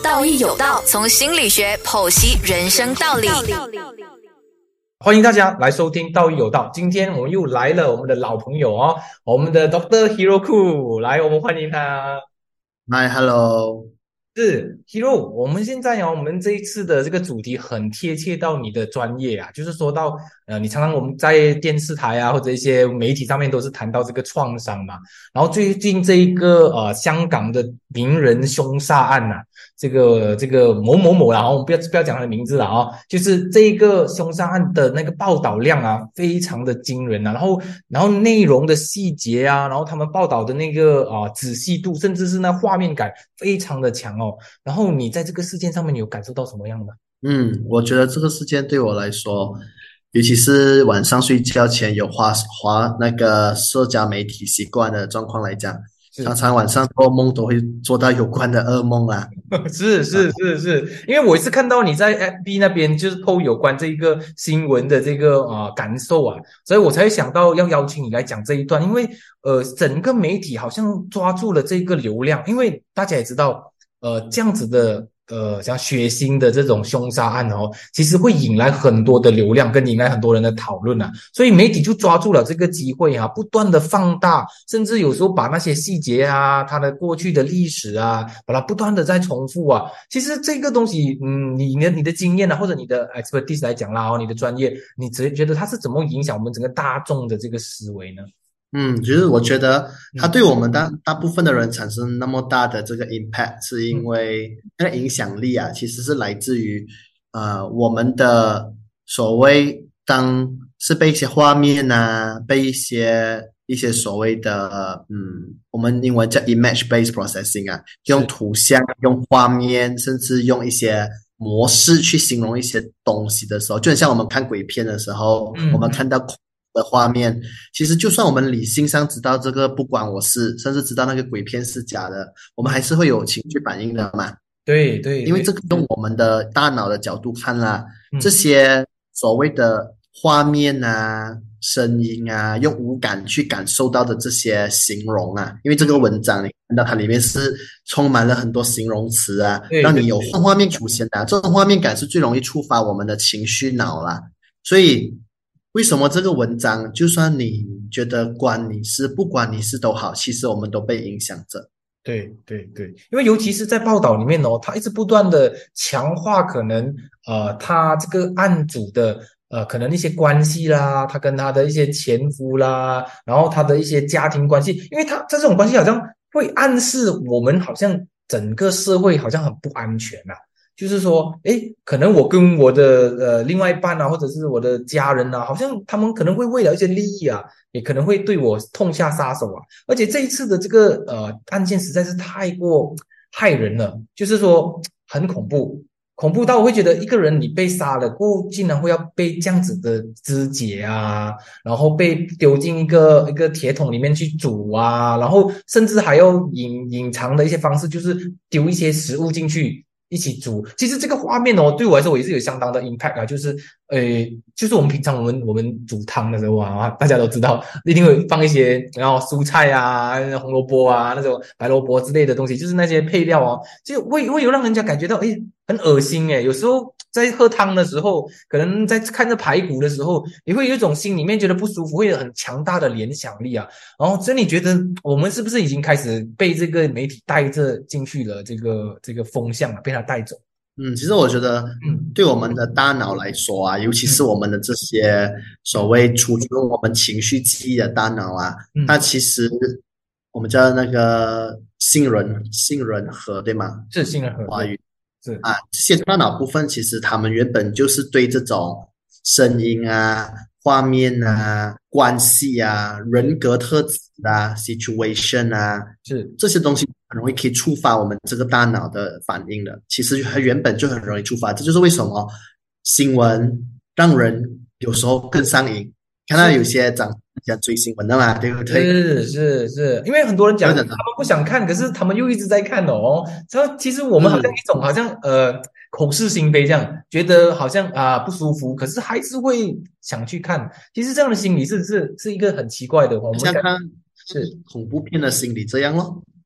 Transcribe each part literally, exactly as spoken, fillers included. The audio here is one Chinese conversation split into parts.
道义有道，从心理学剖析人生道理。 欢迎大家来收听道义有道。今天我们又来了我们的老朋友哦，我们的 Doctor Hiroku， 来，我们欢迎他。 Hi, hello。 是 Hiro， 我们现在哦，我们这一次的这个主题很贴切到你的专业啊，就是说到呃，你常常我们在电视台啊或者一些媒体上面都是谈到这个创伤嘛，然后最近这一个呃香港的名人凶杀案呐、啊，这个这个某某某啦，我们不要不要讲他的名字了啊，就是这一个凶杀案的那个报道量啊，非常的惊人啊，然后然后内容的细节啊，然后他们报道的那个啊、呃、仔细度，甚至是那画面感非常的强哦。然后你在这个事件上面你有感受到什么样的？ 嗯，我觉得这个事件对我来说，尤其是晚上睡觉前有滑滑那个社交媒体习惯的状况来讲，常常晚上做梦都会做到有关的噩梦啊。 是是是是，因为我是看到你在 F B 那边就是 po 有关这一个新闻的这个呃感受啊，所以我才想到要邀请你来讲这一段，因为呃整个媒体好像抓住了这个流量，因为大家也知道呃这样子的呃像血腥的这种凶杀案哦，其实会引来很多的流量跟引来很多人的讨论啊，所以媒体就抓住了这个机会啊，不断的放大，甚至有时候把那些细节啊，它的过去的历史啊，把它不断的在重复啊。其实这个东西，嗯，你的你的经验啊，或者你的 expertise 来讲啦，哦，你的专业，你只觉得它是怎么影响我们整个大众的这个思维呢？ 嗯，其实我觉得它对我们大大部分的人产生那么大的这个 impact， 是因为那个影响力啊，其实是来自于呃我们的所谓当是被一些画面啊，被一些一些所谓的嗯，我们英文叫 image based processing 啊，用图像、用画面，甚至用一些模式去形容一些东西的时候，就很像我们看鬼片的时候， 嗯我们看到的画面，其实就算我们理性上知道这个不关我事，甚至知道那个鬼片是假的，我们还是会有情绪反应的嘛。 对对， 因为这个用我们的大脑的角度看啦， 嗯、 这些所谓的画面啊、声音啊，用五感去感受到的这些形容啊，因为这个文章你看到它里面是充满了很多形容词啊，让你有画面出现的、啊，这种画面感是最容易触发我们的情绪脑啦，所以。为什么这个文章，就算你觉得关你事不关你事都好，其实我们都被影响着。 对对对，因为尤其是在报道里面哦，他一直不断的强化可能呃他这个案主的呃可能一些关系啦，他跟他的一些前夫啦，然后他的一些家庭关系，因为他这种关系好像会暗示我们好像整个社会好像很不安全啊。就是说，诶，可能我跟我的呃另外一半啊，或者是我的家人啊，好像他们可能会为了一些利益啊，也可能会对我痛下杀手啊。而且这一次的这个呃案件实在是太过害人了，就是说很恐怖，恐怖到我会觉得一个人你被杀了过后，竟然会要被这样子的肢解啊，然后被丢进一个一个铁桶里面去煮啊，然后甚至还要隐隐藏的一些方式，就是丢一些食物进去。一起煮，其实这个画面哦，对我来说我也是有相当的 impact 啊，就是呃，就是我们平常我们我们煮汤的时候啊，大家都知道一定会放一些然后蔬菜啊、红萝卜啊、那种白萝卜之类的东西，就是那些配料哦，就会会有让人家感觉到诶很恶心诶，有时候在喝汤的时候，可能在看着排骨的时候，你会有一种心里面觉得不舒服，会有很强大的联想力啊。然后，所以你觉得我们是不是已经开始被这个媒体带着进去了这个这个风向了，被它带走？ 嗯，其实我觉得，嗯，对我们的大脑来说啊，尤其是我们的这些所谓储存我们情绪记忆的大脑啊，嗯、它其实我们叫那个杏仁杏仁核，对吗？ 是杏仁核， 华语是啊，这些大脑部分其实他们原本就是对这种声音啊、画面啊、关系啊、人格特质啊、situation 啊， 是这些东西很容易可以触发我们这个大脑的反应的。其实它原本就很容易触发，这就是为什么新闻让人有时候更上瘾。看到有些长想追新闻的嘛，对不对？ 是是是，因为很多人讲他们不想看，可是他们又一直在看哦。所以其实我们好像一种好像呃口是心非这样，觉得好像啊、呃、不舒服，可是还是会想去看。其实这样的心理是是是一个很奇怪的。我们像看是恐怖片的心理这样咯。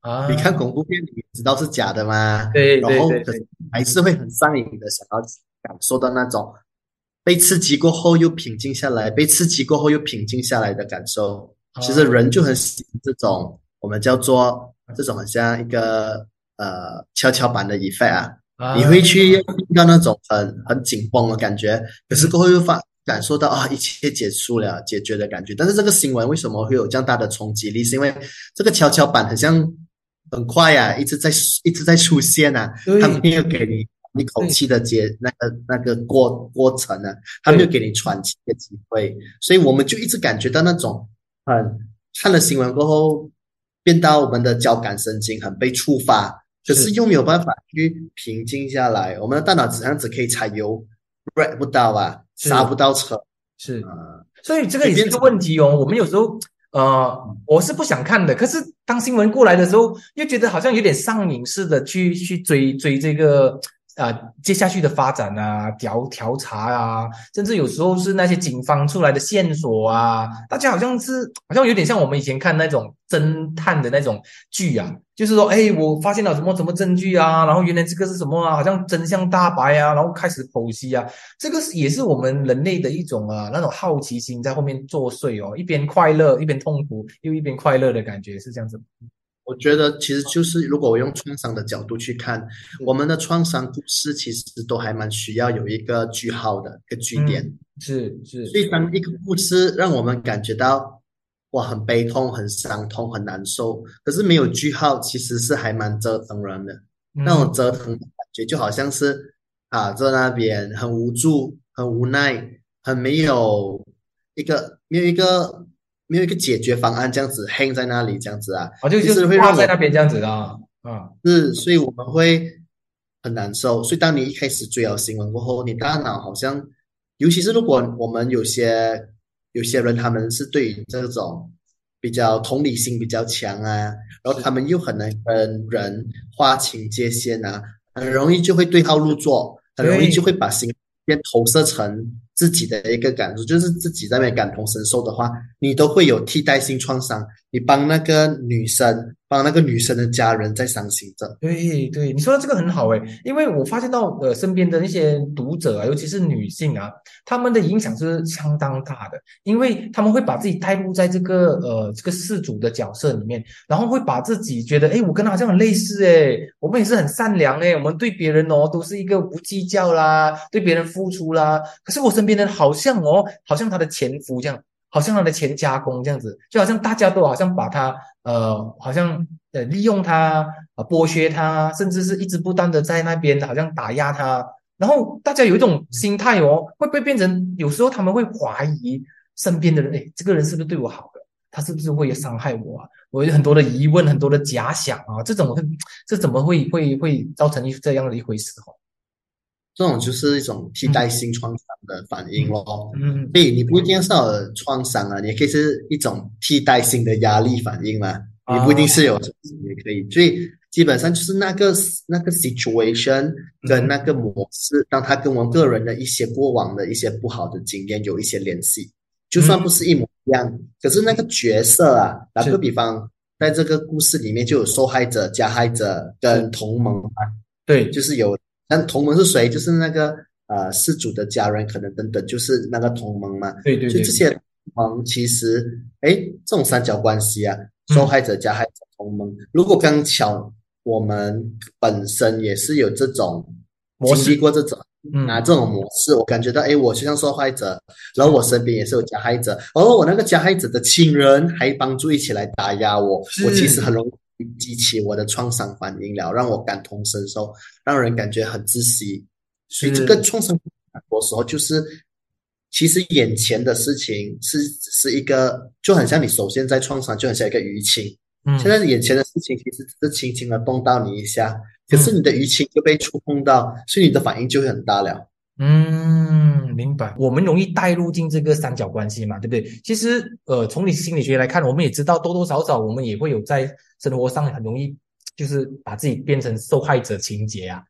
啊， 你看恐怖片，你知道是假的吗？ 对然后可是对对对， 还是会很上瘾的，想要感受到那种被刺激过后又平静下来，被刺激过后又平静下来的感受。其实啊人就很喜欢这种我们叫做这种很像一个呃跷跷板的 effect 啊，你啊， 会去遇到那种很很紧绷的感觉，可是嗯， 过后又发感受到啊一切结束了解决的感觉。但是这个新闻为什么会有这样大的冲击力？是因为这个跷跷板很像很快啊，一直在一直在出现啊，它对没有给你一口对气的接那个那个过过程啊，它没有对， 给你喘气的机会，所以我们就一直感觉到那种很看了新闻过后，变到我们的交感神经很被触发，可是是又没有办法去平静下来，我们的大脑只样子可以踩油，brake 不到啊，刹是不到车是， 啊， 所以这个也是一个会变成问题哦。我们有时候呃，我是不想看的，可是当新闻过来的时候，又觉得好像有点上瘾似的去去追追这个啊、呃接下去的发展啊，调调查啊，甚至有时候是那些警方出来的线索啊，大家好像是好像有点像我们以前看那种侦探的那种剧啊，就是说，哎，我发现了什么什么证据啊，然后原来这个是什么啊，好像真相大白啊，然后开始剖析啊，这个是也是我们人类的一种啊那种好奇心在后面作祟哦，一边快乐一边痛苦，又一边快乐的感觉是这样子。 我觉得其实就是如果我用创伤的角度去看，我们的创伤故事其实都还蛮需要有一个句号的一个句点。 嗯，是是， 所以当一个故事让我们感觉到哇很悲痛、很伤痛、很难受，可是没有句号，其实是还蛮折腾人的。那嗯， 种折腾的感觉就好像是啊在那边很无助、很无奈、很没有一个没有一个没有一个解决方案，这样子 hang 在那里，这样子啊， 啊就其就挂实会让我在那边这样子啊啊， 是，所以我们会很难受。所以当你一开始追了新闻过后，你大脑好像，尤其是如果我们有些有些人，他们是对于这种比较同理心比较强啊，然后是， 他们又很能跟人划清界限啊，很容易就会对号入座，很容易就对会把新闻投射成自己的一个感受，就是自己在那边感同身受的话，你都会有替代性创伤。你帮那个女生，帮那个女生的家人在伤心着。 对对，你说的这个很好诶，因为我发现到呃身边的那些读者啊，尤其是女性啊，她们的影响是相当大的，因为她们会把自己带入在这个呃这个事主的角色里面，然后会把自己觉得，诶，我跟他好像很类似诶，我们也是很善良诶，我们对别人哦都是一个不计较啦，对别人付出啦，可是我身边的人好像哦，好像他的前夫这样。好像他的前加工这样子，就好像大家都好像把他呃，好像呃利用他啊、剥削他，甚至是一直不断的在那边好像打压他，然后大家有一种心态哦，会不会变成有时候他们会怀疑身边的人，哎，这个人是不是对我好的？他是不是会伤害我啊？我有很多的疑问，很多的假想啊，这种会这怎么会会会造成一这样的一回事哦？ 这种就是一种替代嗯性创伤的反应嗯咯。 嗯， 所以你不一定是要有创伤啊，你也可以是一种替代性的压力反应嘛。你不一定是啊， 有，也可以。所以基本上就是那个那个 situation 跟嗯那个模式，让他跟我们个人的一些过往的一些不好的经验有一些联系。就算不嗯， 是一模一样，可是那个角色啊，打个是比方，在这个故事里面就有受害者、加害者跟是， 同盟嘛， 对， 就是有。但同盟是谁？就是那个呃事主的家人，可能等等，就是那个同盟嘛。 对对对， 所以这些同盟其实，哎，这种三角关系啊，受嗯。 害者、加害者、同盟，如果刚巧我们本身也是有这种经模式， 历过这种啊嗯， 这种模式，我感觉到，哎，我就像受害者，然后我身边也是有加害者，而我那个加害者的亲人还帮助一起来打压我，我其实是很容易激起我的创伤反应了，让我感同身受。让人感觉很窒息。所以这个是， 创伤很多时候就是，其实眼前的事情是只是一个，就很像你首先在创伤，就很像一个淤青。现嗯在眼前的事情其实只是轻轻的动到你一下，可是嗯你的淤青就被触碰到，所以你的反应就会很大了。 嗯，明白。我们容易带入进这个三角关系嘛，对不对？其实，呃，从你心理学来看，我们也知道多多少少我们也会有在生活上很容易，就是把自己变成受害者情节啊。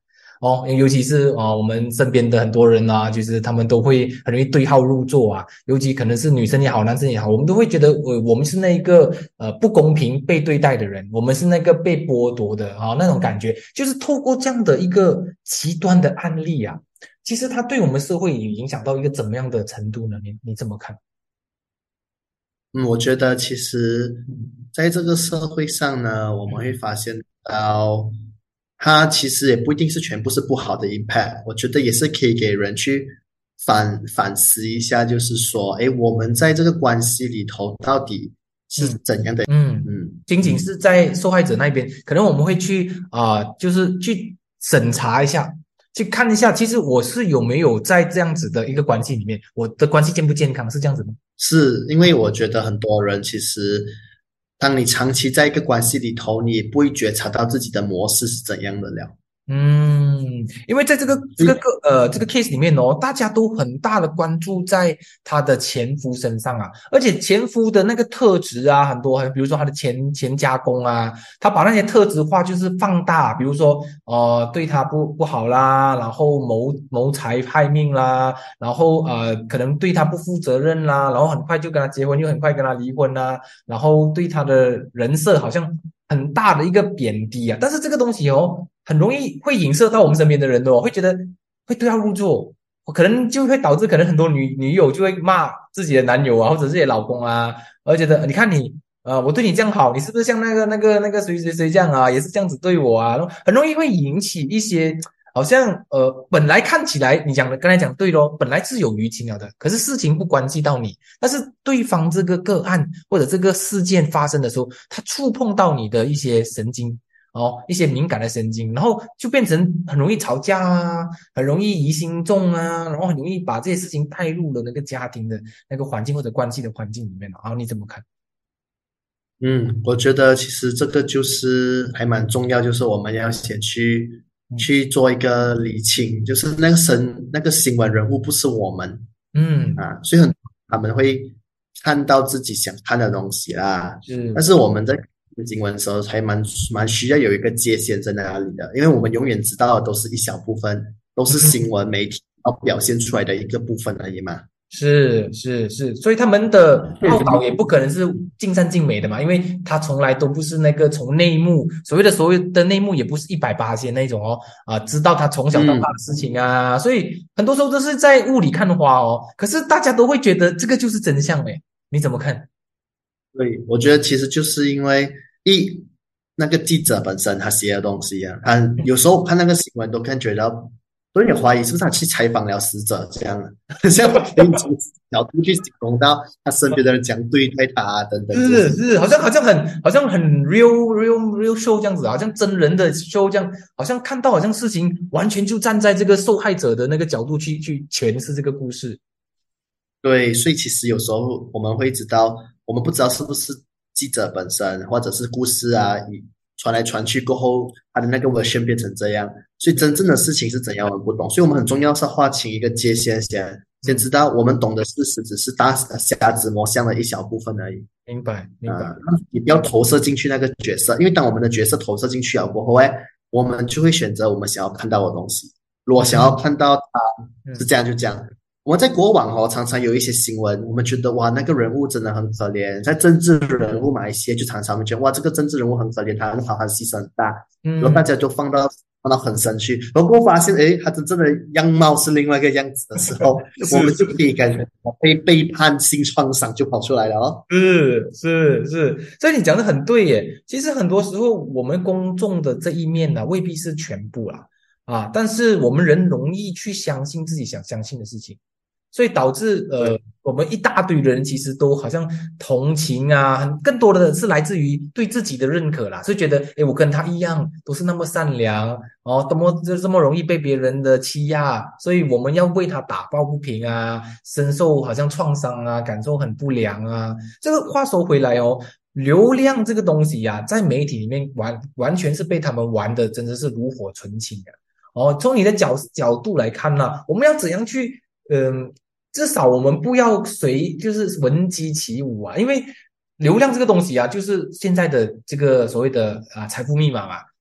哦，尤其是啊、呃，我们身边的很多人啊，就是他们都会很容易对号入座啊，尤其可能是女生也好，男生也好，我们都会觉得，呃，我们是那个呃不公平被对待的人，我们是那个被剥夺的啊，那种感觉，就是透过这样的一个极端的案例啊，其实它对我们社会有影响到一个怎么样的程度呢？你你怎么看？ 嗯，我觉得其实在这个社会上呢，我们会发现到，它其实也不一定是全部是不好的 impact，我觉得也是可以给人去反反思一下，就是说，诶，我们在这个关系里头到底是嗯怎样的？ 嗯， 嗯。 仅仅是在受害者那边，可能我们会去啊、呃就是去审查一下，去看一下，其实我是有没有在这样子的一个关系里面，我的关系健不健康，是这样子吗？ 是因为我觉得很多人其实，当你长期在一个关系里头，你也不会觉察到自己的模式是怎样的了。 嗯，因为在这个这所以， 个个呃这个 case 里面哦，大家都很大的关注在他的前夫身上啊，而且前夫的那个特质啊，很多，比如说他的前前家公啊，他把那些特质化就是放大，比如说呃对他不不好啦，然后谋谋财害命啦，然后呃可能对他不负责任啦，然后很快就跟他结婚，又很快跟他离婚啦，然后对他的人设好像很大的一个贬低啊，但是这个东西哦。很容易会影射到我们身边的人哦，会觉得会对号入座，可能就会导致可能很多女女友就会骂自己的男友啊，或者自己的老公啊，而觉得你看你呃，我对你这样好，你是不是像那个那个那个谁谁谁这样啊，也是这样子对我啊，然后很容易会引起一些好像呃，本来看起来你讲的刚才讲对咯，本来是有舆情了的，可是事情不关系到你，但是对方这个个案或者这个事件发生的时候，它触碰到你的一些神经。哦，一些敏感的神经，然后就变成很容易吵架啊，很容易疑心重啊，然后很容易把这些事情带入了那个家庭的那个环境或者关系的环境里面了。然后你怎么看？ 嗯，我觉得其实这个就是还蛮重要，就是我们要先去嗯去做一个理清，就是那个神那个新闻人物不是我们嗯， 啊，所以很他们会看到自己想看的东西啦。但是是我们在看新闻的时候，还蛮蛮需要有一个界限在哪里的，因为我们永远知道的都是一小部分，都是新嗯。 闻媒体要表现出来的一个部分而已嘛。 是是是，所以他们的报道嗯也不可能是尽善尽美的嘛，因为他从来都不是那个从内幕，所谓的所谓的内幕也不是一百八千那种哦，啊，知道他从小到大的事情啊，所以很多时候都是在雾里看花哦，可是大家都会觉得这个就是真相诶，你怎么看？ 对，我觉得其实就是因为一那个记者本身他写的东西啊，他有时候看那个新闻都感觉到都有点怀疑是不是他去采访了死者这样的，像用从角度去形容到他身边的人讲对待他啊等等这些。 是是，好像好像很好像很 real real real show 这样子，好像真人的 show 这样，好像看到好像事情完全就站在这个受害者的那个角度去去诠释这个故事。 对，所以其实有时候我们会知道，我们不知道是不是记者本身，或者是故事啊，以传来传去过后，他的那个 version 变成这样，所以真正的事情是怎样，我们不懂。所以我们很重要是划清一个界限先，先知道我们懂的事实只是大瞎子摸象的一小部分而已。 明白明白， 啊、你不要投射进去那个角色，因为当我们的角色投射进去了过后，哎，我们就会选择我们想要看到的东西。如果想要看到他是嗯这样就这样。我们在过往哦，常常有一些新闻，我们觉得哇，那个人物真的很可怜。在政治人物马来西亚，就常常会觉得哇，这个政治人物很可怜，他很好，他牺牲很大，然后大嗯。 家就放到放到很深去。然后发现，诶，他真正的样貌是另外一个样子的时候， 是我们就可以感觉被背叛、性创伤就跑出来了哦。 是是是，所以你讲的很对耶。其实很多时候我们公众的这一面呢、未必是全部啦，啊，但是我们人容易去相信自己想相信的事情，所以导致呃， 对， 我们一大堆人其实都好像同情啊，很更多的是来自于对自己的认可啦，所以觉得诶，我跟他一样都是那么善良哦，多么就这么容易被别人的欺压，所以我们要为他打抱不平啊，深受好像创伤啊，感受很不良啊。这个话说回来哦。流量这个东西呀、在媒体里面完完全是被他们玩的，真的是炉火纯青的。哦，从你的角角度来看呢、我们要怎样去，嗯、至少我们不要随就是闻鸡起舞啊，因为流量这个东西啊，就是现在的这个所谓的啊财富密码嘛，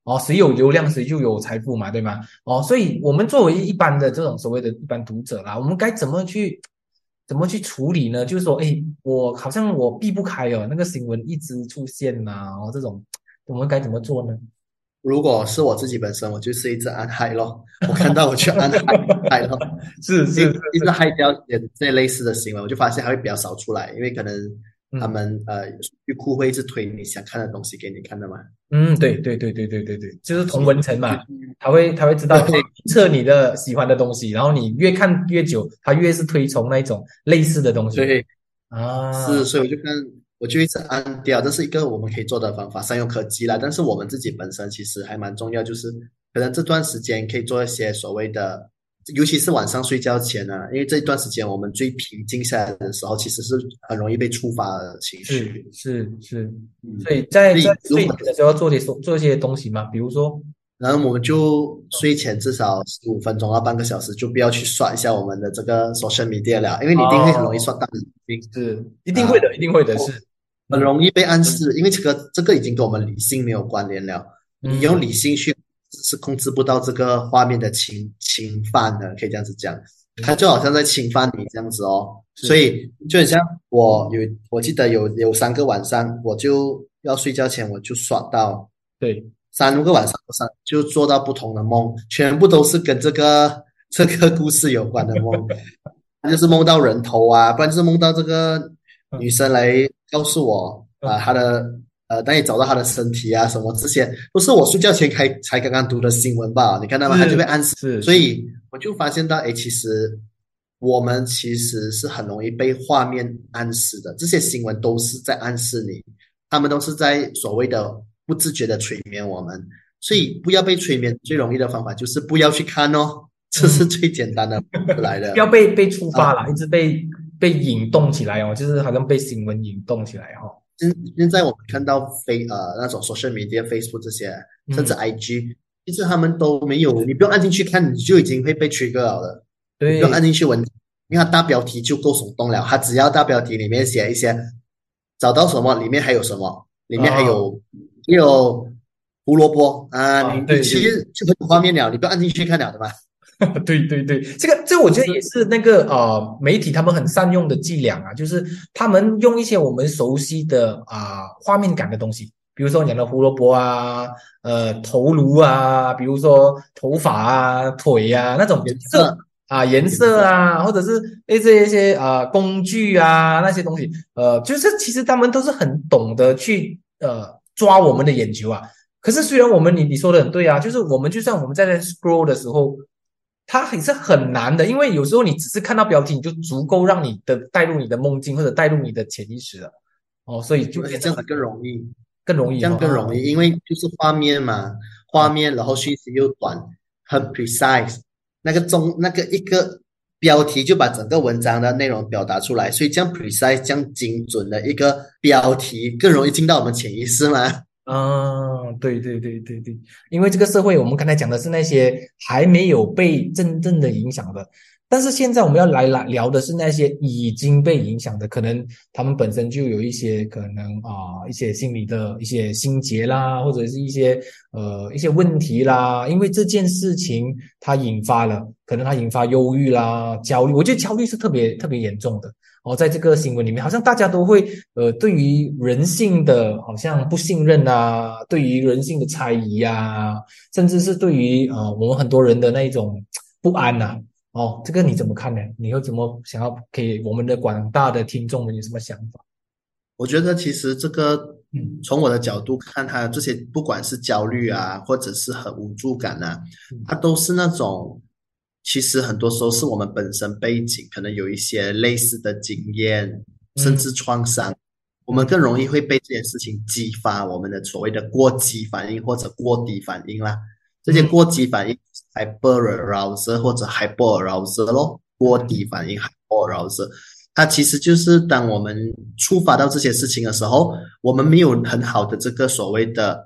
哦，谁有流量谁就有财富嘛，对吗？哦，所以我们作为一般的这种所谓的一般读者啦，我们该怎么去怎么去处理呢？就是说，哎，我好像我避不开哦，那个新闻一直出现呐、哦，这种我们该怎么做呢？ 如果是我自己本身，我就是一直按嗨咯，我看到我就按嗨嗨咯， 是一是是一直嗨掉这这类似的新闻，我就发现还会比较少出来，因为可能他嗯们呃优酷会一直推你想看的东西给你看的嘛， 嗯，对对对对对对对，就是同所以文层嘛， 就他会他会知道他会对预测你的喜欢的东西，然后你越看越久，他越是推崇那种类似的东西对是， 啊。 所以我就看我就一直按掉，这是一个我们可以做的方法，善用科技啦。但是我们自己本身其实还蛮重要，就是可能这段时间可以做一些所谓的，尤其是晚上睡觉前呢、因为这一段时间我们最平静下来的时候，其实是很容易被触发的情是绪。 是是， 嗯， 所以在在所以如果睡前的时候要做点做一些东西嘛，比如说， 然后我们就睡前至少十五分钟到半个小时，就不要去刷一下我们的这个 social media 了，因为你一定会很容易哦， 刷到你是一定会啊。 的，一定会的，是，嗯很容易被暗示，因为这个这个已经跟我们理性没有关联了。你用嗯理性去是控制不到这个画面的侵侵犯的，可以这样子讲，它就好像在侵犯你这样子哦。所是， 以就很像我有，我记得有有三个晚上，我就要睡觉前我就刷到对， 三个晚上上就做到不同的梦，全部都是跟这个这个故事有关的梦。就是梦到人头啊，不然就是梦到这个女嗯生来告诉我啊、呃嗯她的呃，当你找到她的身体啊，什么这些都是我睡觉前才才刚刚读的新闻吧？你看到吗？她就被是暗示， 是是， 所以我就发现到，哎，其实我们其实是很容易被画面暗示的，这些新闻都是在暗示你，他们都是在所谓的不自觉的催眠我们，所以不要被催眠，最容易的方法就是不要去看哦。这是嗯， 最简单的来的不要被被触啊！ 发了，一直被被引动起来哦，就是好像被新闻引动起来哈、哦。 现现在我们看到非呃那种 social media、Facebook 这些，甚至嗯， I G，其实他们都没有，你不用按进去看，你就已经会被 trigger 了的。你不用按对， 进去文，因为它大标题就够耸动了。它只要大标题里面写一些找到什么，里面还有什么，里面还啊有也有胡萝卜啊， 啊， 你你对对。 其实就很有画面了，你不用按进去看了的嘛。 对对对，这个这我觉得也是是那个呃媒体他们很善用的伎俩啊，就是他们用一些我们熟悉的啊、画面感的东西，比如说讲的胡萝卜啊，呃头颅啊，比如说头发啊、腿啊那种色颜色， 啊、颜颜色， 色啊，或者是诶这一些啊工具啊那些东西，呃，就是其实他们都是很懂得去呃抓我们的眼球啊。可是虽然我们你你说的很对啊，就是我们就算我们在那 scroll 的时候。它还是很难的，因为有时候你只是看到标题，你就足够让你的带入你的梦境或者带入你的潜意识了。哦，所以就而且这样子变得很更容易。 更容易这样更哈、 容易，因为就是画面嘛，画啊， 面，然后讯息又短，很 precise，那个中那个一个标题就把整个文章的内容表达出来，所以这样 precise、这样精准的一个标题更容易进到我们潜意识嘛。 啊，对对对对对，因为这个社会，我们刚才讲的是那些还没有被真正的影响的，但是现在我们要来来聊的是那些已经被影响的，可能他们本身就有一些可能啊、一些心理的一些心结啦，或者是一些呃一些问题啦，因为这件事情它引发了，可能它引发忧郁啦、焦虑，我觉得焦虑是特别特别严重的。哦，在这个新闻里面，好像大家都会呃，对于人性的好像不信任啊，对于人性的猜疑啊，甚至是对于呃我们很多人的那一种不安呐、哦，这个你怎么看呢？你又怎么想要给我们的广大的听众们有什么想法？ 我觉得其实这个嗯从我的角度看，他这些不管是焦虑啊，或者是很无助感啊， 嗯它都是那种，其实很多时候是我们本身背景可能有一些类似的经验，甚嗯至创伤，我们嗯更容易会被这件事情激发我们的所谓的过激反应或者过低反应啦。这些嗯过激反应 hyperarousal 或者 hyperarousal 咯，过低反应 hyperarousal。它其实就是当我们触发到这些事情的时候，我们没有很好的这个所谓的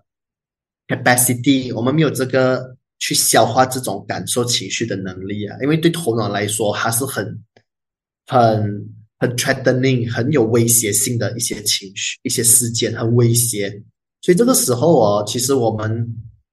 capacity，我们没有这个去消化这种感受情绪的能力啊。因为对头脑来说，它是很、很、很 threatening、很有威胁性的一些情绪、一些事件，很威胁。所以这个时候哦，其实我们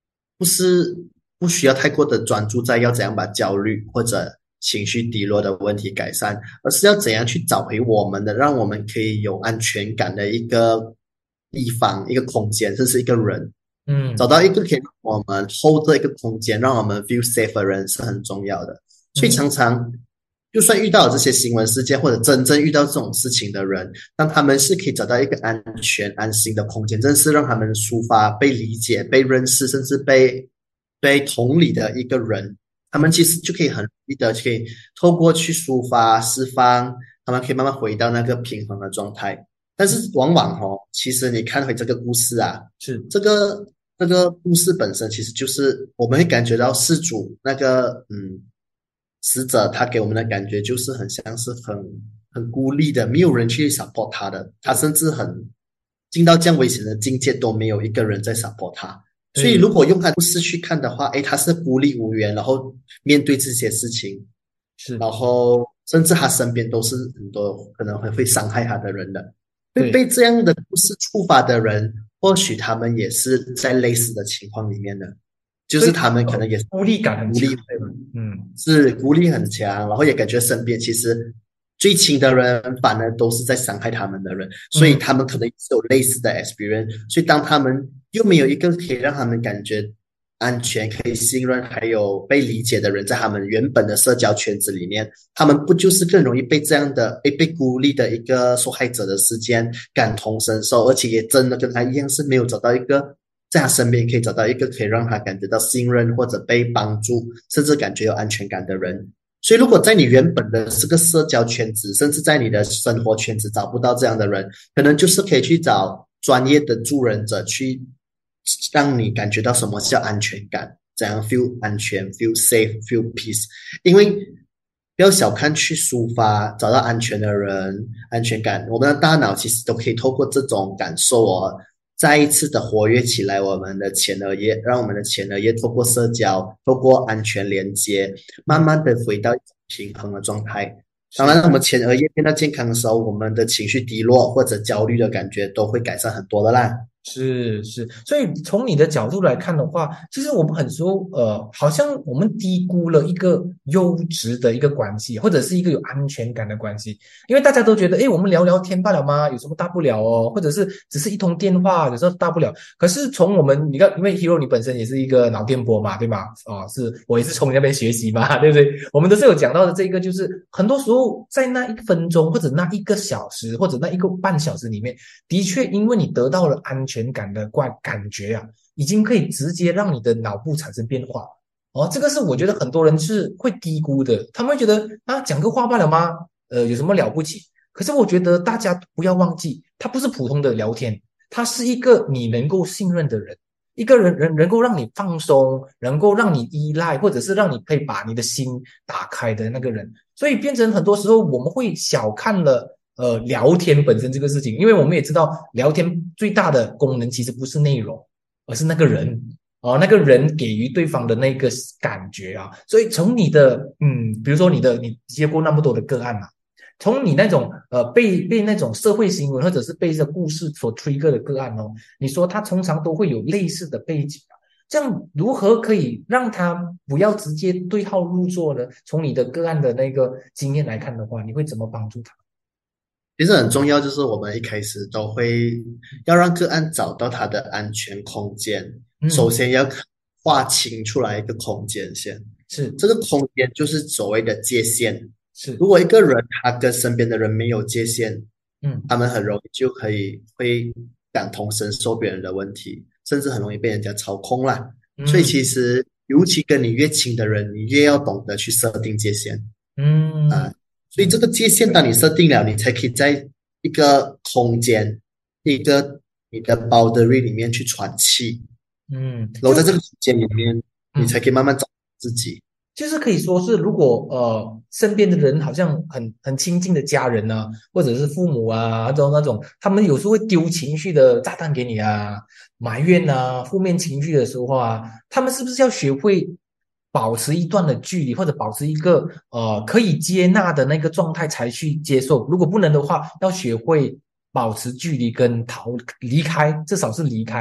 不是不需要太过的专注在要怎样把焦虑或者情绪低落的问题改善，而是要怎样去找回我们的，让我们可以有安全感的一个地方、一个空间，甚至一个人。 嗯， 找到一个可以让我们 hold 的一个空间，让我们 feel safe 的人是很重要的。所以常常，就算遇到这些新闻事件，或者真正遇到这种事情的人，当他们是可以找到一个安全、安心的空间，真是让他们抒发、被理解、被认识，甚至被被同理的一个人，他们其实就可以很容易的可以透过去抒发、释放，他们可以慢慢回到那个平衡的状态。但是往往哦，其实你看回这个故事啊， 是这个这个故事本身其实就是我们会感觉到事主那个嗯死者他给我们的感觉就是很像是很很孤立的，没有人去 support 他的，他甚至很进到这样危险的境界都没有一个人在 support 他。所以如果用他故事去看的话，诶，他是孤立无援，然后面对这些事情， 是， 然后甚至他身边都是很多可能会会伤害他的人的。会被这样的故事触发的人，或许他们也是在类似的情况里面的，就是他们可能也是孤立感很强， 嗯，是孤立很强，然后也感觉身边其实最亲的人反而都是在伤害他们的人，所以他们可能也是有类似的 experience，所以当他们又没有一个可以让他们感觉安全、可以信任还有被理解的人在他们原本的社交圈子里面，他们不就是更容易被这样的被被孤立的一个受害者的事件感同身受，而且也真的跟他一样是没有找到一个在他身边可以找到一个可以让他感觉到信任或者被帮助甚至感觉有安全感的人。所以如果在你原本的这个社交圈子甚至在你的生活圈子找不到这样的人，可能就是可以去找专业的助人者去让你感觉到什么叫安全感，怎样 feel 安全 feel safe feel peace。 因为不要小看去抒发找到安全的人安全感，我们的大脑其实都可以透过这种感受哦，再一次的活跃起来我们的前额叶，让我们的前额叶透过社交透过安全连接慢慢的回到平衡的状态。当然我们前额叶变到健康的时候，我们的情绪低落或者焦虑的感觉都会改善很多的啦。 是是，所以从你的角度来看的话，其实我们很说，呃，好像我们低估了一个优质的一个关系，或者是一个有安全感的关系。因为大家都觉得，诶，我们聊聊天罢了吗？有什么大不了哦？或者是只是一通电话，有时候大不了。可是从我们，你看，因为 Hero 你本身也是一个脑电波嘛，对吗？啊、哦，是我也是从你那边学习嘛，对不对？我们都是有讲到的这个，就是很多时候在那一分钟，或者那一个小时，或者那一个半小时里面，的确因为你得到了安全。安全感的感觉啊，已经可以直接让你的脑部产生变化哦。这个是我觉得很多人是会低估的，他们会觉得啊，讲个话罢了吗？呃，有什么了不起？可是我觉得大家不要忘记，它不是普通的聊天，它是一个你能够信任的人，一个人人能够让你放松，能够让你依赖，或者是让你可以把你的心打开的那个人。所以变成很多时候我们会小看了。呃，聊天本身这个事情，因为我们也知道，聊天最大的功能其实不是内容，而是那个人哦，那个人给予对方的那个感觉啊。所以从你的嗯，比如说你的你接过那么多的个案嘛，从你那种呃被被那种社会新闻或者是被这故事所 trigger 的个案哦，你说他通常都会有类似的背景啊，这样如何可以让他不要直接对号入座呢？从你的个案的那个经验来看的话，你会怎么帮助他？ 其实很重要，就是我们一开始都会要让个案找到他的安全空间，嗯、首先要划清出来一个空间先， 是这个空间就是所谓的界限。 是， 如果一个人他跟身边的人没有界限， 嗯， 他们很容易就可以会感同身受别人的问题，甚至很容易被人家操控啦。嗯、所以其实尤其跟你越亲的人，你越要懂得去设定界限。 嗯啊。所以这个界限当你设定了，你才可以在一个空间一个你的 boundary 里面去喘气，嗯，然后在这个空间里面、嗯、你才可以慢慢找自己。 就是可以说是，如果呃身边的人好像很很亲近的家人啊，或者是父母啊，那种那种，他们有时候会丢情绪的炸弹给你啊，埋怨啊，负面情绪的时候啊，他们是不是要学会保持一段的距离，或者保持一个呃可以接纳的那个状态才去接受？如果不能的话，要学会保持距离跟逃离开，至少是离开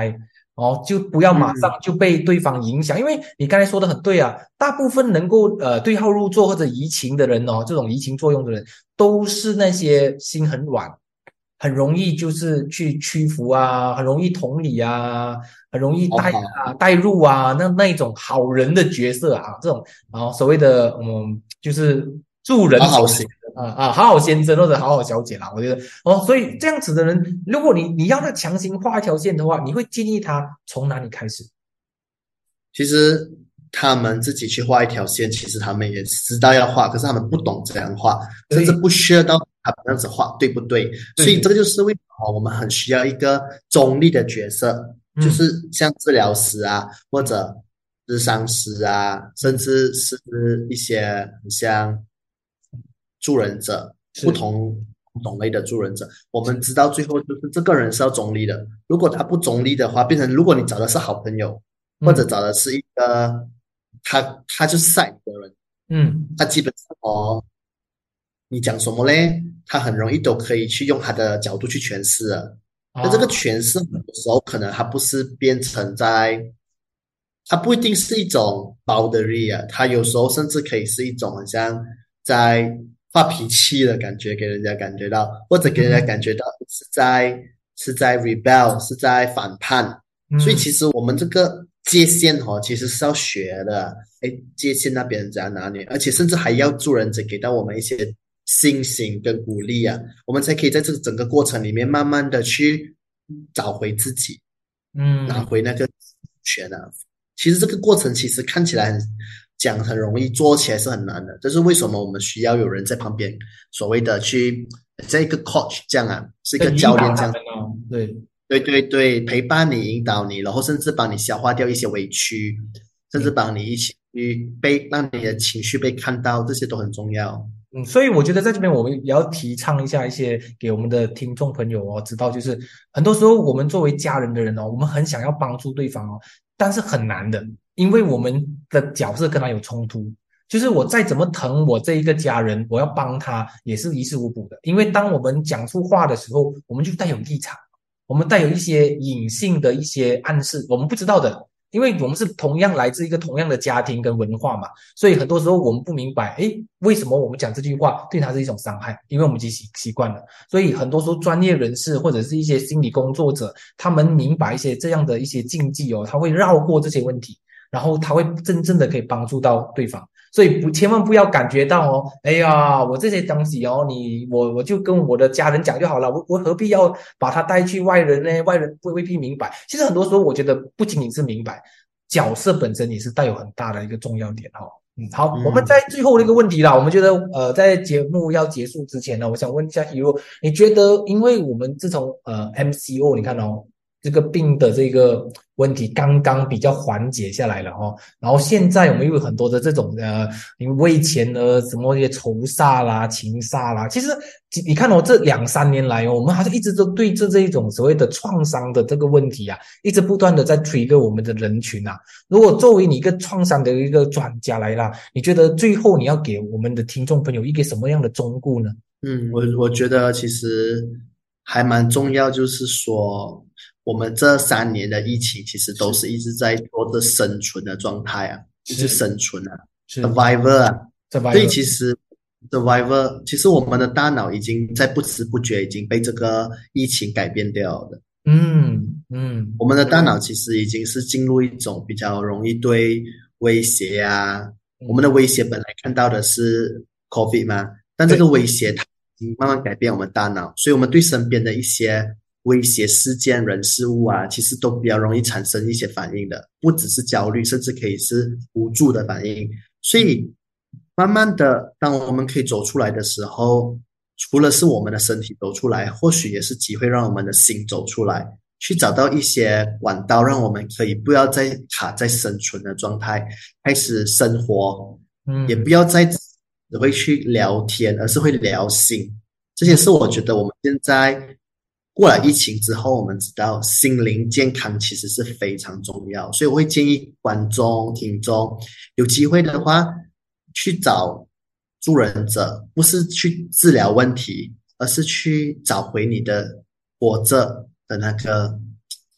哦，就不要马上就被对方影响，因为你刚才说的很对啊，大部分能够呃对号入座或者移情的人哦，这种移情作用的人，都是那些心很软，很容易就是去屈服啊，很容易同理啊，很容易带好好啊带入啊，那那一种好人的角色啊，这种啊所谓的嗯就是助人小姐好好行。 啊啊好好先生或者好好小姐啦，我觉得哦，所以这样子的人，如果你你要他强行画一条线的话，你会建议他从哪里开始？ 其实他们自己去画一条线，其实他们也知道要画，可是他们不懂怎样画，甚至对不需要到他们这样子画，对不对？所以对对， 这个就是为什么我们很需要一个中立的角色，就嗯是像治疗师啊，或者咨商师啊，甚嗯至是一些像助人者，不是同种类的助人者，我们是知道最后就是这个人是要中立的。如果他不中立的话，变成如果你找的是好朋友，或者嗯找的是一个他他就是晒你的人， 嗯他基本上哦，你讲什么嘞？他很容易都可以去用他的角度去诠释了。那这个啊诠释有时候可能它不是变成在，它不一定是一种 boundary 啊，它有时候甚至可以是一种好像在发脾气的感觉，给人家感觉到，或者给人家嗯感觉到是在是在 rebel，是在反叛。所以嗯其实我们这个界限哦，其实是要学的。哎，界限那边怎样拿捏，而且甚至还要助人者给到我们一些信心跟鼓励啊，我们才可以在这个整个过程里面慢慢的去找回自己，拿嗯回那个权啊。其实这个过程其实看起来很讲很容易，做起来是很难的。这是为什么我们需要有人在旁边，所谓的去这个 coach 这样啊，是一个跟引教练这样。 导他们哦，对， 对对对，陪伴你、引导你，然后甚至帮你消化掉一些委屈，甚至嗯帮你一起去被让你的情绪被看到，这些都很重要。 嗯，所以我觉得在这边我们也要提倡一下一些给我们的听众朋友哦，知道就是很多时候我们作为家人的人哦，我们很想要帮助对方哦，但是很难的，因为我们的角色跟他有冲突。就是我再怎么疼我这一个家人，我要帮他也是于事无补的，因为当我们讲出话的时候，我们就带有立场，我们带有一些隐性的一些暗示，我们不知道的。因为我们是同样来自一个同样的家庭跟文化嘛，所以很多时候我们不明白，诶，为什么我们讲这句话对他是一种伤害？因为我们已经习习惯了，所以很多时候专业人士或者是一些心理工作者，他们明白一些这样的一些禁忌哦，他会绕过这些问题，然后他会真正的可以帮助到对方。所以不千万不要感觉到哦，哎呀，我这些东西哦，你我我就跟我的家人讲就好了，我我何必要把他带去外人呢？外人未未必明白。其实很多时候，我觉得不仅仅是明白，角色本身也是带有很大的一个重要点哈、哦。嗯，好，我们嗯。 在最后的一个问题啦，我们觉得呃，在节目要结束之前呢，我想问一下 Hero，你觉得，因为我们自从呃 M C O，你看哦，这个病的这个问题刚刚比较缓解下来了哦，然后现在我们又有很多的这种呃，因为为钱而什么一些仇煞啦、情煞啦，其实你看哦，这两三年来哦，我们好像一直都对这这一种所谓的创伤的这个问题啊，一直不断的在推给我们的人群啊。如果作为你一个创伤的一个专家来啦，你觉得最后你要给我们的听众朋友一个什么样的忠告呢？ 嗯，我我觉得其实还蛮重要，就是说我们这三年的疫情其实都是一直在做着生存的状态啊，一直是生存啊是 ，survivor 啊，所以 ，survivor， 其实 survivor，其实我们的大脑已经在不知不觉已经被这个疫情改变掉了。 嗯嗯我们的大脑其实已经是进入一种比较容易对威胁啊，我们的威胁本来看到的是 COVID 嘛，但这个对， 威胁它已经慢慢改变我们大脑，所以我们对身边的一些威胁事件、人事物啊，其实都比较容易产生一些反应的，不只是焦虑，甚至可以是无助的反应。所以慢慢的，当我们可以走出来的时候，除了是我们的身体走出来，或许也是机会让我们的心走出来。去找到一些管道，让我们可以不要再卡在生存的状态，开始生活，也嗯不要再只会去聊天，而是会聊心。这些是我觉得我们现在过了疫情之后，我们知道心灵健康其实是非常重要，所以我会建议观众、听众有机会的话去找助人者，不是去治疗问题，而是去找回你的活着的那个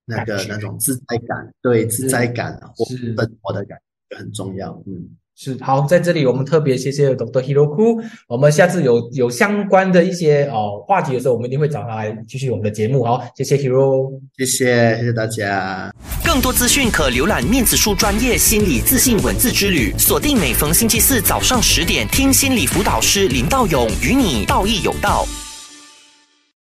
那个感觉那种自在感，对，自在感或是生活的感觉很重要。嗯， 是好，在这里我们特别谢谢 Doctor Hiroku，我们下次有有相关的一些哦话题的时候，我们一定会找他来继续我们的节目。好，谢谢 Hiro， 谢谢，谢谢大家。 更多资讯可浏览面子书专业心理自信文字之旅，锁定每逢星期四早上十点，听心理辅导师林道勇与你道义有道。